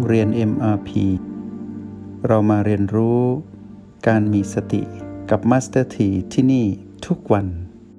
เรียน MRP เรามาเรียนรู้การมีสติกับ Master T ที่นี่ทุกวัน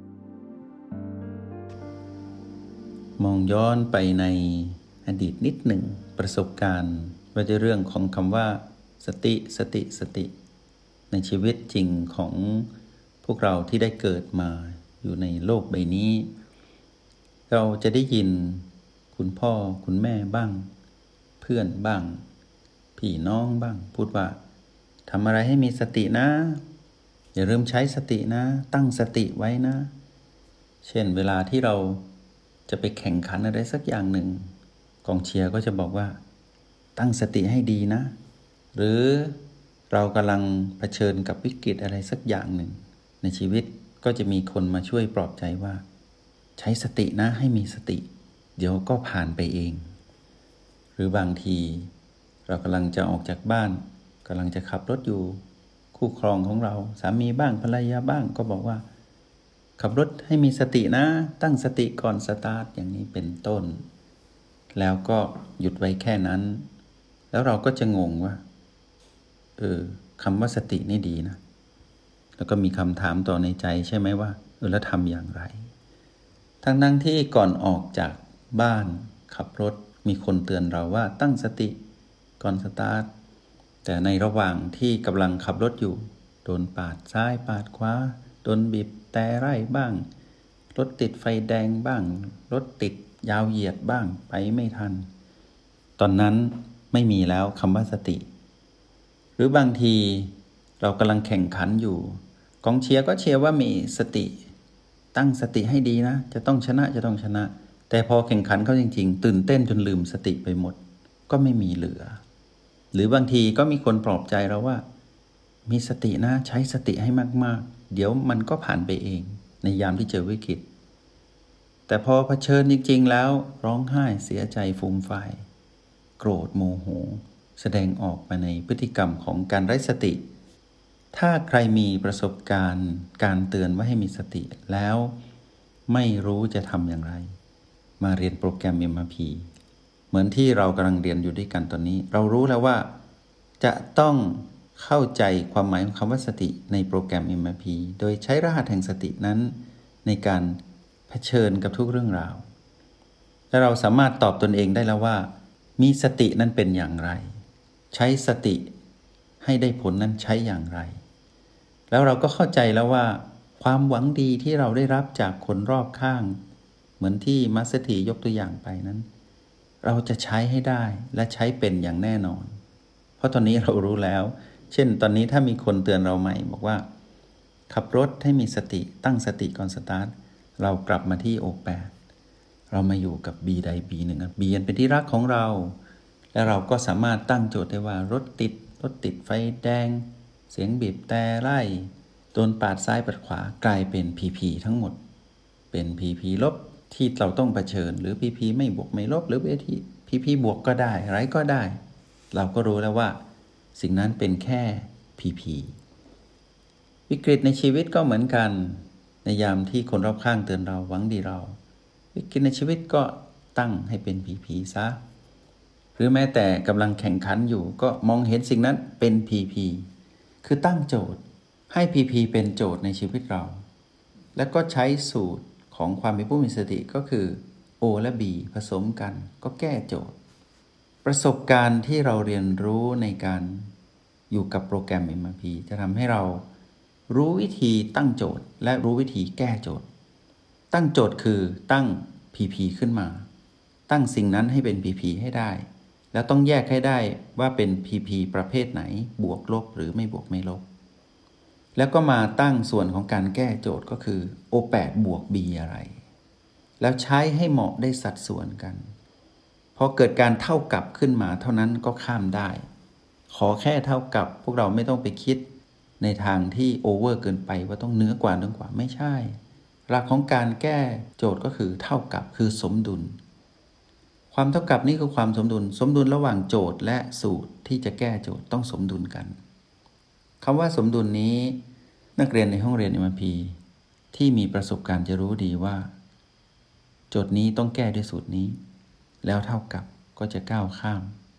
มองย้อนไปในอดีตนิดหนึ่งประสบการณ์ว่าด้วยเรื่องของคำว่าสติในชีวิตจริงของพวกเราที่ได้เกิดมาอยู่ในโลกใบนี้เราจะได้ยินคุณพ่อคุณแม่บ้างเพื่อนบ้างพี่น้องบ้างพูดว่าทำอะไรให้มีสตินะอย่าลืมใช้สตินะตั้งสติไว้นะเช่นเวลาที่เราจะไปแข่งขันอะไรสักอย่างหนึ่งกองเชียร์ก็จะบอกว่าตั้งสติให้ดีนะหรือเรากำลังเผชิญกับวิกฤตอะไรสักอย่างหนึ่งในชีวิตก็จะมีคนมาช่วยปลอบใจว่าใช้สตินะให้มีสติเดี๋ยวก็ผ่านไปเองหรือบางทีเรากำลังจะออกจากบ้านกำลังจะขับรถอยู่คู่ครองของเราสามีบ้างภรรยาบ้างก็บอกว่าขับรถให้มีสตินะตั้งสติก่อนสตาร์ทอย่างนี้เป็นต้นแล้วก็หยุดไว้แค่นั้นแล้วเราก็จะงงว่าคำว่าสตินี่ดีนะแล้วก็มีคำถามต่อในใจใช่ไหมว่าแล้วทำอย่างไรทั้งที่ก่อนออกจากบ้านขับรถมีคนเตือนเราว่าตั้งสติก่อนสตาร์ทแต่ในระหว่างที่กำลังขับรถอยู่โดนปาดซ้ายปาดขวาโดนบีบแต่ไล่บ้างรถติดไฟแดงบ้างรถติดยาวเหยียดบ้างไปไม่ทันตอนนั้นไม่มีแล้วคำว่าสติหรือบางทีเรากำลังแข่งขันอยู่กองเชียร์ก็เชียร์ว่ามีสติตั้งสติให้ดีนะจะต้องชนะแต่พอแข่งขันเขาจริงๆตื่นเต้นจนลืมสติไปหมดก็ไม่มีเหลือหรือบางทีก็มีคนปลอบใจเราว่ามีสตินะใช้สติให้มากๆเดี๋ยวมันก็ผ่านไปเองในยามที่เจอวิกฤตแต่พอเผชิญจริงๆแล้วร้องไห้เสียใจฟูมฟายโกรธโมโหแสดงออกมาในพฤติกรรมของการไร้สติถ้าใครมีประสบการณ์การเตือนว่าให้มีสติแล้วไม่รู้จะทำอย่างไรมาเรียนโปรแกรม MRP เหมือนที่เรากำลังเรียนอยู่ด้วยกันตอนนี้เรารู้แล้วว่าจะต้องเข้าใจความหมายของคำว่าสติในโปรแกรม MRP โดยใช้รหัสแห่งสตินั้นในการเผชิญกับทุกเรื่องราวและเราสามารถตอบตนเองได้แล้วว่ามีสตินั้นเป็นอย่างไรใช้สติให้ได้ผลนั้นใช้อย่างไรแล้วเราก็เข้าใจแล้วว่าความหวังดีที่เราได้รับจากคนรอบข้างเหมือนที่มัสถียกตัวอย่างไปนั้นเราจะใช้ให้ได้และใช้เป็นอย่างแน่นอนเพราะตอนนี้เรารู้แล้วเช่นตอนนี้ถ้ามีคนเตือนเราใหม่บอกว่าขับรถให้มีสติตั้งสติก่อนสตาร์ทเรากลับมาที่O8เรามาอยู่กับ B ใด B หนึ่ง B เป็นที่รักของเราและเราก็สามารถตั้งโจทย์ได้ว่ารถติดไฟแดงเสียงบีบแต่ไล่โดนปาดซ้ายปาดขวากลายเป็น PP ทั้งหมดเป็น PP ลบที่เราต้องเผชิญหรือ PP ไม่บวกไม่ลบหรือ PP บวกก็ได้ไรก็ได้เราก็รู้แล้วว่าสิ่งนั้นเป็นแค่ PP วิกฤตในชีวิตก็เหมือนกันในยามที่คนรอบข้างเตือนเราหวังดีเราวิกฤตในชีวิตก็ตั้งให้เป็น PP ซะหรือแม้แต่กำลังแข่งขันอยู่ก็มองเห็นสิ่งนั้นเป็น PP คือตั้งโจทย์ให้ PP เป็นโจทย์ในชีวิตเราแล้วก็ใช้สูตรของความเป็นผู้มีสติก็คือ O และ B ผสมกันก็แก้โจทย์ประสบการณ์ที่เราเรียนรู้ในการอยู่กับโปรแกรม MRP จะทำให้เรารู้วิธีตั้งโจทย์และรู้วิธีแก้โจทย์ตั้งโจทย์คือตั้ง PP ขึ้นมาตั้งสิ่งนั้นให้เป็น PP ให้ได้แล้วต้องแยกให้ได้ว่าเป็น PP ประเภทไหนบวกลบหรือไม่บวกไม่ลบแล้วก็มาตั้งส่วนของการแก้โจทย์ก็คือ O8 บวก B อะไรแล้วใช้ให้เหมาะได้สัดส่วนกันพอเกิดการเท่ากับขึ้นมาเท่านั้นก็ข้ามได้ขอแค่เท่ากับพวกเราไม่ต้องไปคิดในทางที่โอเวอร์เกินไปว่าต้องเหนือกว่าไม่ใช่หลักของการแก้โจทย์ก็คือเท่ากับคือสมดุลความเท่ากับนี้คือความสมดุลระหว่างโจทย์และสูตรที่จะแก้โจทย์ต้องสมดุลกันคำว่าสมดุลนี้นักเรียนในห้องเรียน MRP ที่มีประสบการณ์จะรู้ดีว่าโจทย์นี้ต้องแก้ด้วยสูตรนี้แล้วเท่ากับก็จะก้าวข้าม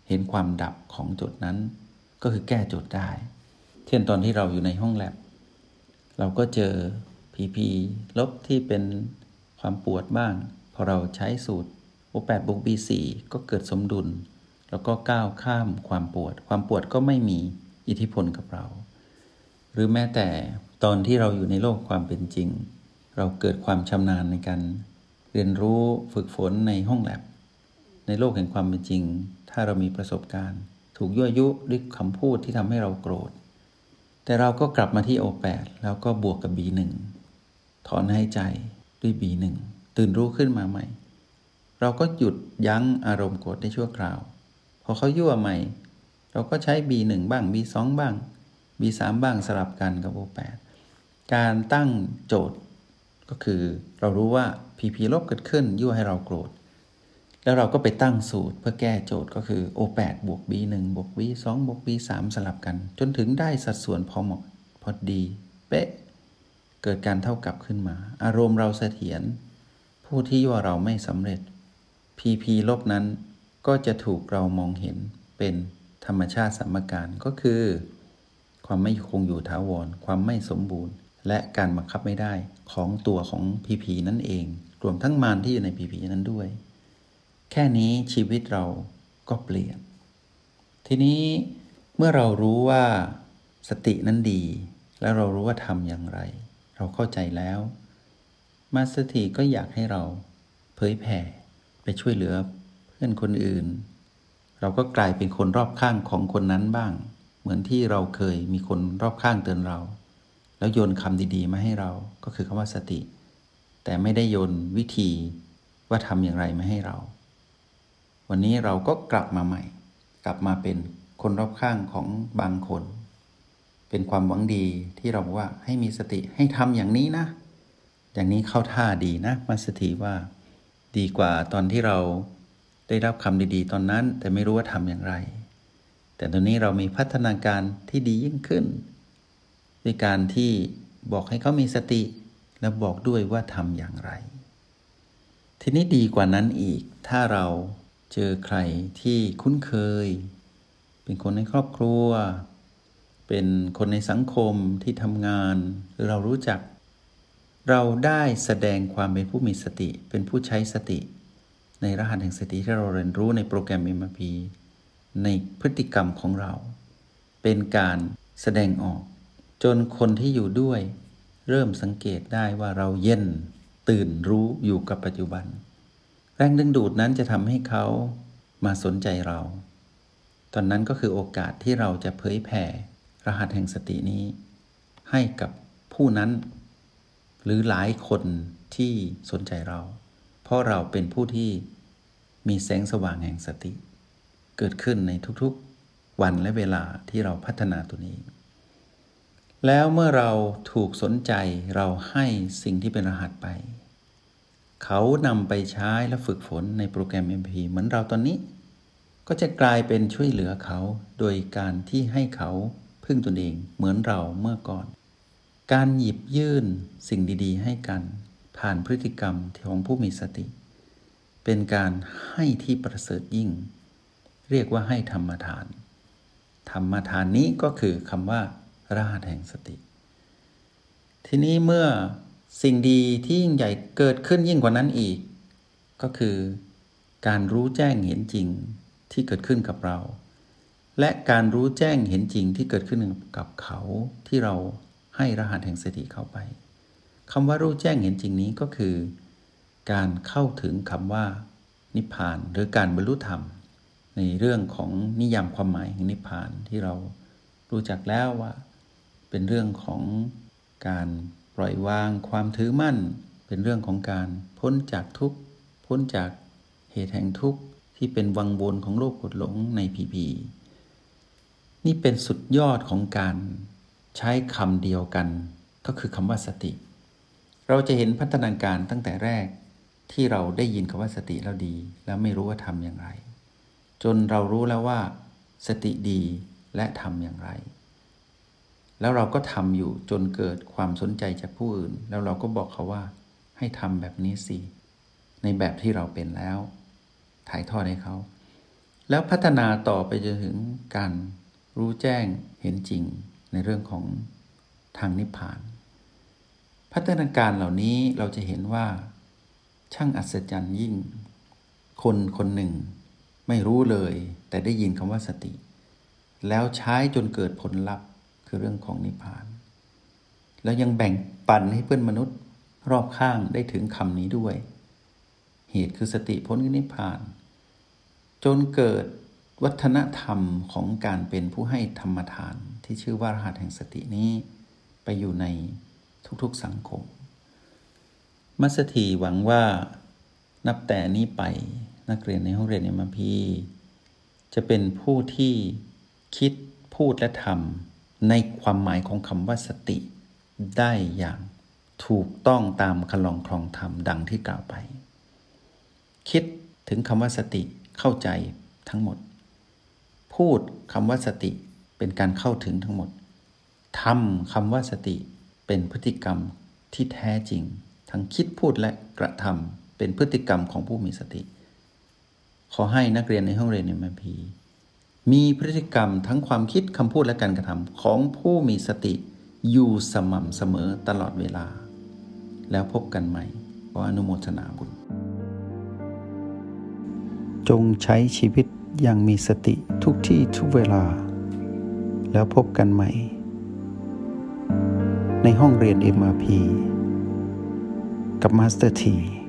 เห็นความดับของโจทย์นั้นก็คือแก้โจทย์ได้เช่นตอนที่เราอยู่ในห้องแลบเราก็เจอ PP ลบที่เป็นความปวดบ้างพอเราใช้สูตร O8 บวก B4 ก็เกิดสมดุลแล้วก็ก้าวข้ามความปวดก็ไม่มีอิทธิพลกับเราหรือแม้แต่ตอนที่เราอยู่ในโลกความเป็นจริงเราเกิดความชำนาญในการเรียนรู้ฝึกฝนในห้องแลบในโลกแห่งความเป็นจริงถ้าเรามีประสบการณ์ถูกยั่วยุด้วยคำพูดที่ทำให้เราโกรธแต่เราก็กลับมาที่ O8 แล้วก็บวกกับ B1 ถอนหายใจด้วย B1 ตื่นรู้ขึ้นมาใหม่เราก็หยุดยั้งอารมณ์โกรธได้ชั่วคราวพอเขายั่วใหม่เราก็ใช้ B1 บ้าง B2 บ้าง B3 บ้างสลับกันกับ O8 การตั้งโจทย์ก็คือเรารู้ว่า PP ลบเกิดขึ้นยั่วให้เราโกรธแล้วเราก็ไปตั้งสูตรเพื่อแก้โจทย์ก็คือ O8 บวก B1 บวก B2 บวก B3 สลับกันจนถึงได้สัดส่วนพอเหมาะพอดีเป๊ะเกิดการเท่ากับขึ้นมาอารมณ์เราเสถียรผู้ที่ยั่วเราไม่สำเร็จ PP ลบนั้นก็จะถูกเรามองเห็นเป็นธรรมชาติสมการก็คือความไม่คงอยู่ถาวรความไม่สมบูรณ์และการบังคับไม่ได้ของตัวของ PP นั่นเองรวมทั้งมารที่อยู่ใน PP นั้นด้วยแค่นี้ชีวิตเราก็เปลี่ยนทีนี้เมื่อเรารู้ว่าสตินั้นดีแล้วเรารู้ว่าทำอย่างไรเราเข้าใจแล้วมาสติก็อยากให้เราเผยแผ่ไปช่วยเหลือเพื่อนคนอื่นเราก็กลายเป็นคนรอบข้างของคนนั้นบ้างเหมือนที่เราเคยมีคนรอบข้างเตือนเราแล้วโยนคำดีๆมาให้เราก็คือคำว่าสติแต่ไม่ได้โยนวิธีว่าทำอย่างไรมาให้เราวันนี้เราก็กลับมาใหม่กลับมาเป็นคนรอบข้างของบางคนเป็นความหวังดีที่เราบอกว่าให้มีสติให้ทำอย่างนี้นะอย่างนี้เข้าท่าดีนะมาสติว่าดีกว่าตอนที่เราได้รับคำดีๆตอนนั้นแต่ไม่รู้ว่าทำอย่างไรแต่ตอนนี้เรามีพัฒนาการที่ดียิ่งขึ้นด้วยการที่บอกให้เขามีสติและบอกด้วยว่าทำอย่างไรทีนี้ดีกว่านั้นอีกถ้าเราเจอใครที่คุ้นเคยเป็นคนในครอบครัวเป็นคนในสังคมที่ทำงานหรือเรารู้จักเราได้แสดงความเป็นผู้มีสติเป็นผู้ใช้สติในรหัสแห่งสติที่เราเรียนรู้ในโปรแกรม MRP ในพฤติกรรมของเราเป็นการแสดงออกจนคนที่อยู่ด้วยเริ่มสังเกตได้ว่าเราเย็นตื่นรู้อยู่กับปัจจุบันแรงดึงดูดนั้นจะทำให้เขามาสนใจเราตอนนั้นก็คือโอกาสที่เราจะเผยแผ่รหัสแห่งสตินี้ให้กับผู้นั้นหรือหลายคนที่สนใจเราเพราะเราเป็นผู้ที่มีแสงสว่างแห่งสติเกิดขึ้นในทุกๆวันและเวลาที่เราพัฒนาตัวนี้แล้วเมื่อเราถูกสนใจเราให้สิ่งที่เป็นรหัสไปเขานำไปใช้และฝึกฝนในโปรแกรม MP เหมือนเราตอนนี้ก็จะกลายเป็นช่วยเหลือเขาโดยการที่ให้เขาพึ่งตนเองเหมือนเราเมื่อก่อนการหยิบยื่นสิ่งดีๆให้กันผ่านพฤติกรรมของผู้มีสติเป็นการให้ที่ประเสริฐยิ่งเรียกว่าให้ธรรมทานธรรมทานนี้ก็คือคำว่ารหัสแห่งสติทีนี้เมื่อสิ่งดีที่ยิ่งใหญ่เกิดขึ้นยิ่งกว่านั้นอีกก็คือการรู้แจ้งเห็นจริงที่เกิดขึ้นกับเราและการรู้แจ้งเห็นจริงที่เกิดขึ้นกับเขาที่เราให้รหัสแห่งสติเข้าไปคำว่ารู้แจ้งเห็นจริงนี้ก็คือการเข้าถึงคำว่านิพพานหรือการบรรลุธรรมในเรื่องของนิยามความหมายของนิพพานที่เรารู้จักแล้วว่าเป็นเรื่องของการปล่อยวางความถือมั่นเป็นเรื่องของการพ้นจากทุกข์พ้นจากเหตุแห่งทุกข์ที่เป็นวังวนของโลภโกรธหลงในPPนี่เป็นสุดยอดของการใช้คำเดียวกันก็คือคำว่าสติเราจะเห็นพัฒนาการตั้งแต่แรกที่เราได้ยินคำว่าสติแล้วดีแล้วไม่รู้ว่าทำอย่างไรจนเรารู้แล้วว่าสติดีและทำอย่างไรแล้วเราก็ทำอยู่จนเกิดความสนใจจากผู้อื่นแล้วเราก็บอกเขาว่าให้ทำแบบนี้สิในแบบที่เราเป็นแล้วถ่ายทอดให้เขาแล้วพัฒนาต่อไปจนถึงการรู้แจ้งเห็นจริงในเรื่องของทางนิพพานพัฒนาการเหล่านี้เราจะเห็นว่าช่างอัศจรรย์ยิ่งคนคนหนึ่งไม่รู้เลยแต่ได้ยินคำว่าสติแล้วใช้จนเกิดผลลัพธ์คือเรื่องของนิพพานแล้วยังแบ่งปันให้เพื่อนมนุษย์รอบข้างได้ถึงคำนี้ด้วยเหตุคือสติพ้นนิพพานจนเกิดวัฒนธรรมของการเป็นผู้ให้ธรรมทานที่ชื่อว่ารหัสแห่งสตินี้ไปอยู่ในทุกๆสังคมมัสถีหวังว่านับแต่นี้ไปนักเรียนในห้องเรียน MRP จะเป็นผู้ที่คิดพูดและทำในความหมายของคำว่าสติได้อย่างถูกต้องตามคันลองคลองธรรมดังที่กล่าวไปคิดถึงคำว่าสติเข้าใจทั้งหมดพูดคำว่าสติเป็นการเข้าถึงทั้งหมดทำคำว่าสติเป็นพฤติกรรมที่แท้จริงทั้งคิดพูดและกระทำเป็นพฤติกรรมของผู้มีสติขอให้นักเรียนในห้องเรียน MRP มีพฤติกรรมทั้งความคิดคำพูดและการกระทำของผู้มีสติอยู่สม่ำเสมอตลอดเวลาแล้วพบกันใหม่ขออนุโมทนาบุญจงใช้ชีวิตอย่างมีสติทุกที่ทุกเวลาแล้วพบกันใหม่ในห้องเรียน MRP กับมาสเตอร์ที